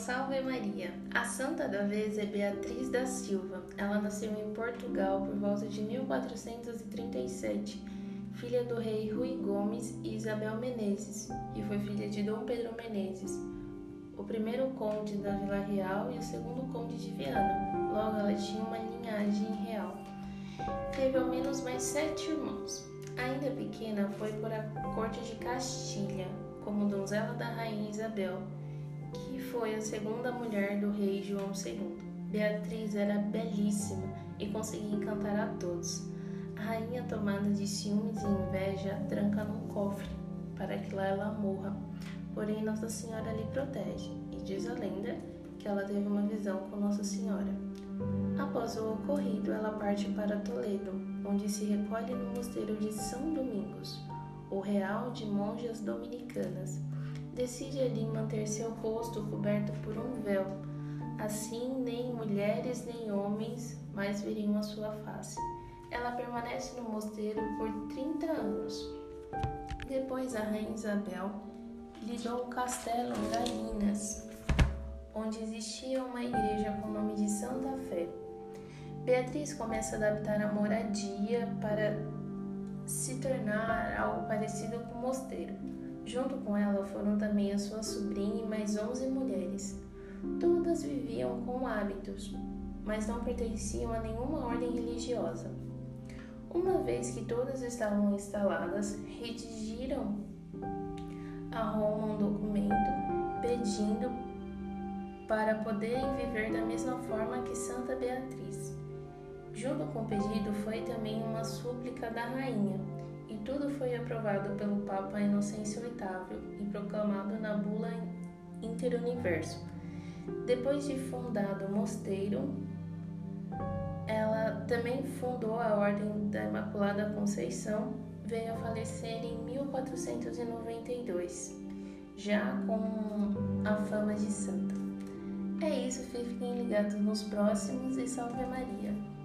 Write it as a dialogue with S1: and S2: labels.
S1: Salve Maria! A santa da vez é Beatriz da Silva. Ela nasceu em Portugal por volta de 1437, filha do rei Rui Gomes e Isabel Menezes, e foi filha de Dom Pedro Menezes, o primeiro conde da Vila Real e o segundo conde de Viana. Logo, ela tinha uma linhagem real. Teve ao menos mais 7 irmãos. Ainda pequena, foi por a corte de Castilha, como donzela da rainha Isabel, que foi a segunda mulher do rei João II. Beatriz era belíssima e conseguia encantar a todos. A rainha, tomada de ciúmes e inveja, a tranca num cofre, para que lá ela morra. Porém, Nossa Senhora lhe protege, e diz a lenda que ela teve uma visão com Nossa Senhora. Após o ocorrido, ela parte para Toledo, onde se recolhe no mosteiro de São Domingos, o Real de Monjas Dominicanas. Decide ali manter seu rosto coberto por um véu. Assim, nem mulheres nem homens mais veriam a sua face. Ela permanece no mosteiro por 30 anos. Depois, a rainha Isabel lhe deu um castelo em Galinas, onde existia uma igreja com o nome de Santa Fé. Beatriz começa a adaptar a moradia para se tornar algo parecido com o mosteiro. Junto com ela foram também a sua sobrinha e mais 11 mulheres. Todas viviam com hábitos, mas não pertenciam a nenhuma ordem religiosa. Uma vez que todas estavam instaladas, redigiram a Roma um documento pedindo para poderem viver da mesma forma que Santa Beatriz. Junto com o pedido foi também uma súplica da rainha, e tudo foi aprovado pelo Papa Inocêncio VIII e proclamado na bula Interuniverso. Depois de fundado o mosteiro, ela também fundou a Ordem da Imaculada Conceição, veio a falecer em 1492, já com a fama de santa. É isso, fiquem ligados nos próximos e Salve Maria!